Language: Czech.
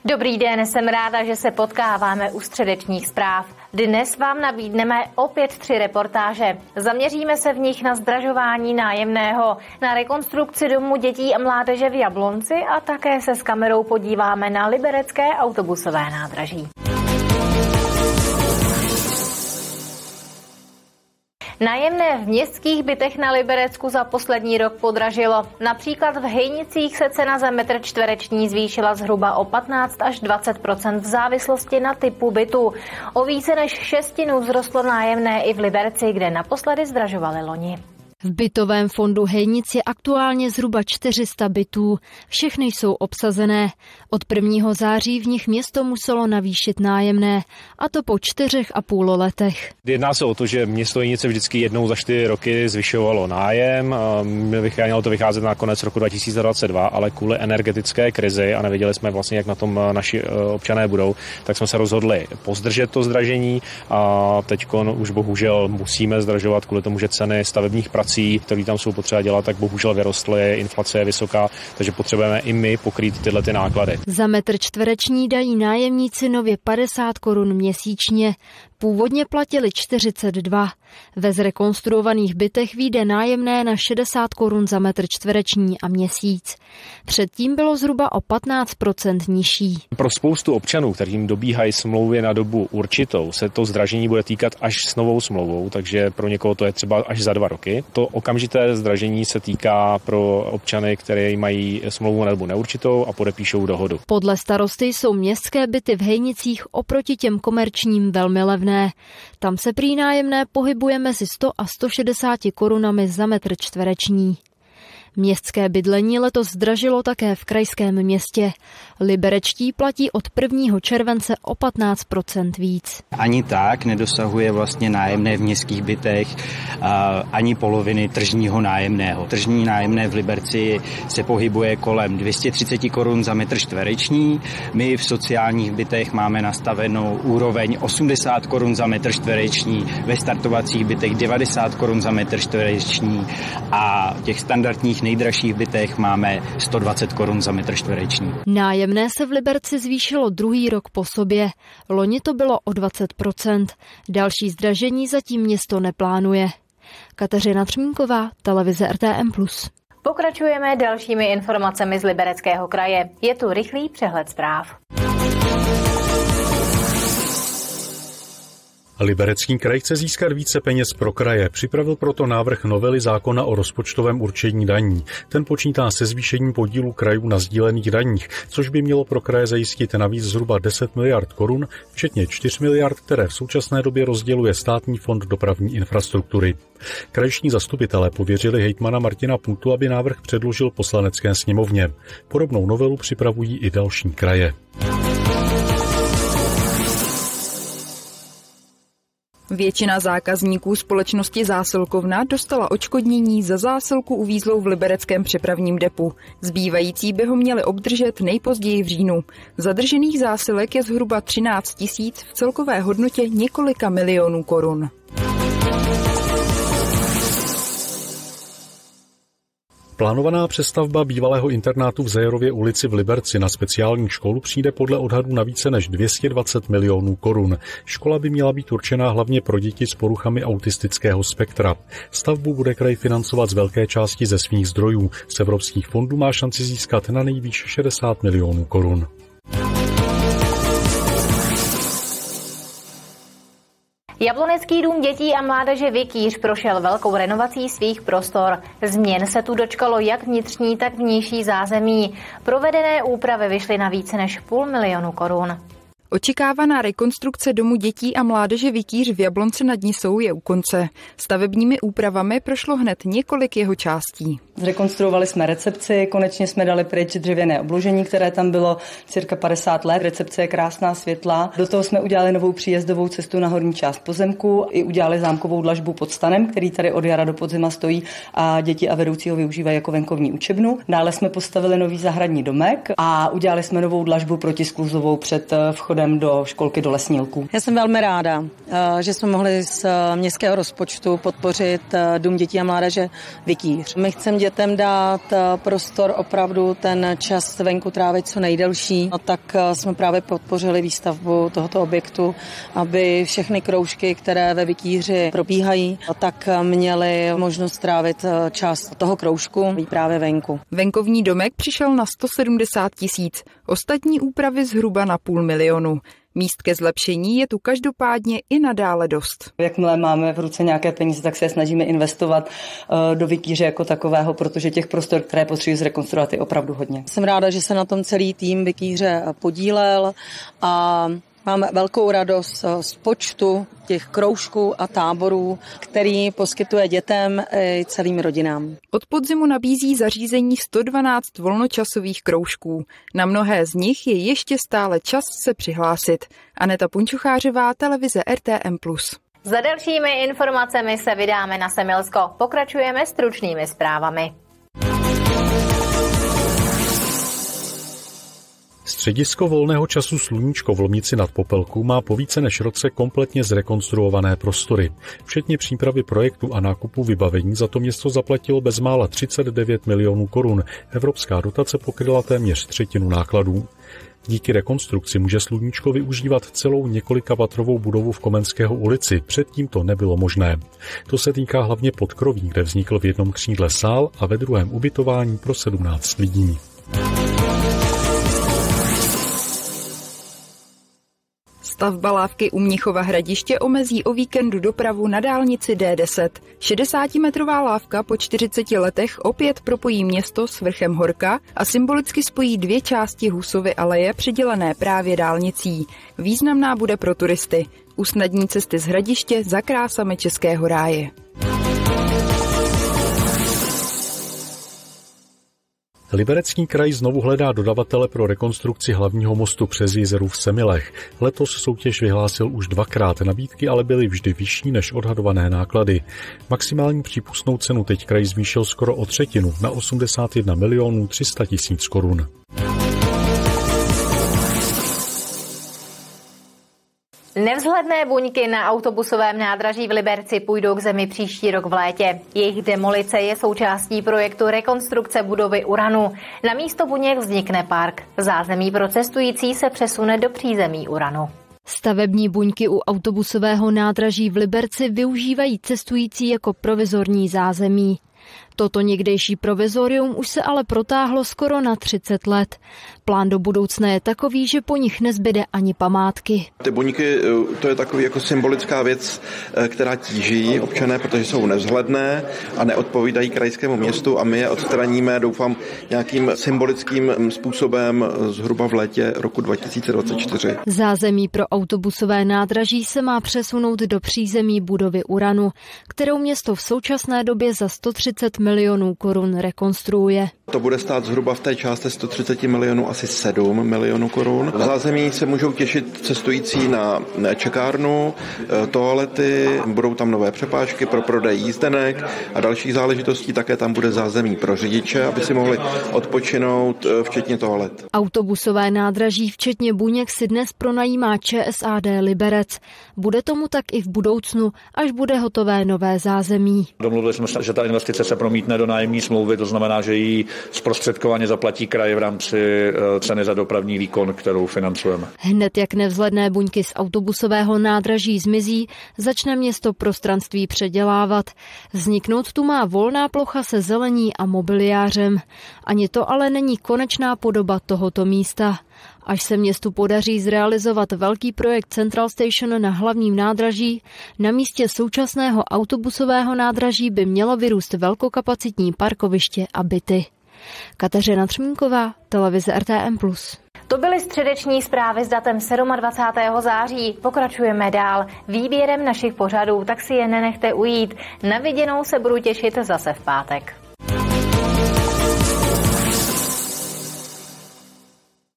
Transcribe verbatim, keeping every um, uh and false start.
Dobrý den, jsem ráda, že se potkáváme u středečních zpráv. Dnes vám nabídneme opět tři reportáže. Zaměříme se v nich na zdražování nájemného, na rekonstrukci domu dětí a mládeže v Jablonci a také se s kamerou podíváme na liberecké autobusové nádraží. Nájemné v městských bytech na Liberecku za poslední rok podražilo. Například v Hejnicích se cena za metr čtvereční zvýšila zhruba o patnáct až dvacet procent v závislosti na typu bytu. O více než šestinu vzrostlo nájemné i v Liberci, kde naposledy zdražovali loni. V bytovém fondu Hejnic je aktuálně zhruba čtyři sta bytů. Všechny jsou obsazené. Od prvního září v nich město muselo navýšit nájemné, a to po čtyřech a půl letech. Jedná se o to, že město Hejnice vždycky jednou za čtyři roky zvyšovalo nájem. Mělo to vycházet na konec roku dva tisíce dvacet dva, ale kvůli energetické krizi a nevěděli jsme vlastně, jak na tom naši občané budou, tak jsme se rozhodli pozdržet to zdražení a teď už bohužel musíme zdražovat kvůli tomu, že ceny stavebních prací, které tam jsou potřeba dělat, tak bohužel vyrostly, inflace je vysoká, takže potřebujeme i my pokrýt tyhle ty náklady. Za metr čtvereční dají nájemníci nově padesát korun měsíčně. Původně platili čtyřicet dva. Ve zrekonstruovaných bytech vyjde nájemné na šedesát korun za metr čtvereční a měsíc. Předtím bylo zhruba o patnáct procent nižší. Pro spoustu občanů, kterým dobíhají smlouvy na dobu určitou, se to zdražení bude týkat až s novou smlouvou, takže pro někoho to je třeba až za dva roky. To okamžité zdražení se týká pro občany, kteří mají smlouvu na dobu neurčitou a podepíšou dohodu. Podle starosty jsou městské byty v Hejnicích oproti těm komerčním velmi levné. Tam se prý nájemné pohybuje mezi sto a sto šedesát korunami za metr čtvereční. Městské bydlení letos zdražilo také v krajském městě. Liberečtí platí od prvního července o patnáct procent víc. Ani tak nedosahuje vlastně nájemné v městských bytech ani poloviny tržního nájemného. Tržní nájemné v Liberci se pohybuje kolem dvě stě třicet korun za metr čtvereční. My v sociálních bytech máme nastavenou úroveň osmdesát korun za metr čtvereční, ve startovacích bytech devadesát korun za metr čtvereční a těch standardních nejdražších bytech máme sto dvacet korun za metr čtvereční. Nájemné se v Liberci zvýšilo druhý rok po sobě. Loni to bylo o dvacet procent. Další zdražení zatím město neplánuje. Kateřina Třmínková, televize R T M plus. Pokračujeme dalšími informacemi z Libereckého kraje. Je tu rychlý přehled zpráv. Liberecký kraj chce získat více peněz pro kraje. Připravil proto návrh novely zákona o rozpočtovém určení daní. Ten počítá se zvýšením podílu krajů na sdílených daních, což by mělo pro kraje zajistit navíc zhruba deset miliard korun, včetně čtyř miliard, které v současné době rozděluje Státní fond dopravní infrastruktury. Krajští zastupitelé pověřili hejtmana Martina Puntu, aby návrh předložil Poslanecké sněmovně. Podobnou novelu připravují i další kraje. Většina zákazníků společnosti Zásilkovna dostala odškodnění za zásilku uvízlou v libereckém přepravním depu. Zbývající by ho měli obdržet nejpozději v říjnu. Zadržených zásilek je zhruba třináct tisíc v celkové hodnotě několika milionů korun. Plánovaná přestavba bývalého internátu v Zajerově ulici v Liberci na speciální školu přijde podle odhadů na více než dvě stě dvacet milionů korun. Škola by měla být určená hlavně pro děti s poruchami autistického spektra. Stavbu bude kraj financovat z velké části ze svých zdrojů. Z evropských fondů má šanci získat na nejvýš šedesát milionů korun. Jablonecký dům dětí a mládeže Vikýř prošel velkou renovací svých prostor. Změn se tu dočkalo jak vnitřní, tak vnější zázemí. Provedené úpravy vyšly na více než půl milionu korun. Očekávaná rekonstrukce domu dětí a mládeže Vikýř v Jablonci nad Nisou je u konce. Stavebními úpravami prošlo hned několik jeho částí. Zrekonstruovali jsme recepci, konečně jsme dali pryč dřevěné obložení, které tam bylo cirka padesát let. Recepce je krásná, světlá. Do toho jsme udělali novou příjezdovou cestu na horní část pozemku i udělali zámkovou dlažbu pod stanem, který tady od jara do podzima stojí a děti a vedoucí ho využívají jako venkovní učebnu. Dále jsme postavili nový zahradní domek a udělali jsme novou dlažbu protiskluzovou před vchodem odchodem do školky do Lesnílků. Já jsem velmi ráda, že jsme mohli z městského rozpočtu podpořit Dům dětí a mládeže Vikýř. My chceme dětem dát prostor opravdu ten čas venku trávit co nejdelší, a tak jsme právě podpořili výstavbu tohoto objektu, aby všechny kroužky, které ve Vikýři probíhají, tak měly možnost trávit část toho kroužku právě venku. Venkovní domek přišel na sto sedmdesát tisíc, ostatní úpravy zhruba na půl milionu. Míst ke zlepšení je tu každopádně i nadále dost. Jakmile máme v ruce nějaké peníze, tak se je snažíme investovat do Vikýře jako takového, protože těch prostor, které potřebují zrekonstruovat, je opravdu hodně. Jsem ráda, že se na tom celý tým Vikýře podílel a máme velkou radost z počtu těch kroužků a táborů, který poskytuje dětem i celým rodinám. Od podzimu nabízí zařízení sto dvanáct volnočasových kroužků. Na mnohé z nich je ještě stále čas se přihlásit. Aneta Punčuchářová, televize R T M plus. Za dalšími informacemi se vydáme na Semilsko. Pokračujeme stručnými zprávami. Středisko volného času Sluníčko v Lomnici nad Popelkou má po více než roce kompletně zrekonstruované prostory. Včetně přípravy projektu a nákupu vybavení za to město zaplatilo bezmála třicet devět milionů korun. Evropská dotace pokryla téměř třetinu nákladů. Díky rekonstrukci může Sluníčko využívat celou několikapatrovou budovu v Komenského ulici. Předtím to nebylo možné. To se týká hlavně podkroví, kde vznikl v jednom křídle sál a ve druhém ubytování pro sedmnáct lidí. Stavba lávky u Mnichova Hradiště omezí o víkendu dopravu na dálnici D deset. šedesátimetrová lávka po čtyřiceti letech opět propojí město s vrchem Horka a symbolicky spojí dvě části Husovy aleje přidělené právě dálnicí. Významná bude pro turisty. Usnadní cesty z Hradiště za krásami Českého ráje. Liberecký kraj znovu hledá dodavatele pro rekonstrukci hlavního mostu přes Jizeru v Semilech. Letos soutěž vyhlásil už dvakrát, nabídky ale byly vždy vyšší než odhadované náklady. Maximální přípustnou cenu teď kraj zvýšil skoro o třetinu na osmdesát jedna milionů tři sta tisíc korun. Nevzhledné buňky na autobusovém nádraží v Liberci půjdou k zemi příští rok v létě. Jejich demolice je součástí projektu rekonstrukce budovy Uranu. Na místo buněk vznikne park. Zázemí pro cestující se přesune do přízemí Uranu. Stavební buňky u autobusového nádraží v Liberci využívají cestující jako provizorní zázemí. Toto někdejší provizorium už se ale protáhlo skoro na třicet let. Plán do budoucna je takový, že po nich nezbyde ani památky. Ty buňky, to je takový jako symbolická věc, která tíží občané, protože jsou nevzhledné a neodpovídají krajskému městu a my je odstraníme, doufám, nějakým symbolickým způsobem zhruba v létě roku dva tisíce dvacet čtyři. Zázemí pro autobusové nádraží se má přesunout do přízemí budovy Uranu, kterou město v současné době za sto třicet milionů korun rekonstruuje. To bude stát zhruba v té části sto třicet milionů asi sedm milionů korun. V zázemí se můžou těšit cestující na čekárnu, toalety, budou tam nové přepážky pro prodej jízdenek a dalších záležitostí. Také tam bude zázemí pro řidiče, aby si mohli odpočinout, včetně toalet. Autobusové nádraží včetně buněk si dnes pronajímá Č S A D Liberec. Bude tomu tak i v budoucnu, až bude hotové nové zázemí. Domluvili jsme se, že ta investice se promítne do nájemní smlouvy, to znamená, že ji zprostředkovaně zaplatí kraj v rámci ceny za dopravní výkon, kterou financujeme. Hned jak nevzhledné buňky z autobusového nádraží zmizí, začne město prostranství předělávat. Vzniknout tu má volná plocha se zelení a mobiliářem. Ani to ale není konečná podoba tohoto místa. Až se městu podaří zrealizovat velký projekt Central Station na hlavním nádraží, na místě současného autobusového nádraží by mělo vyrůst velkokapacitní parkoviště a byty. Kateřina Třmínková, televize R T M plus. To byly středeční zprávy s datem dvacátého sedmého září. Pokračujeme dál výběrem našich pořadů, tak si je nenechte ujít. Na viděnou se budu těšit zase v pátek.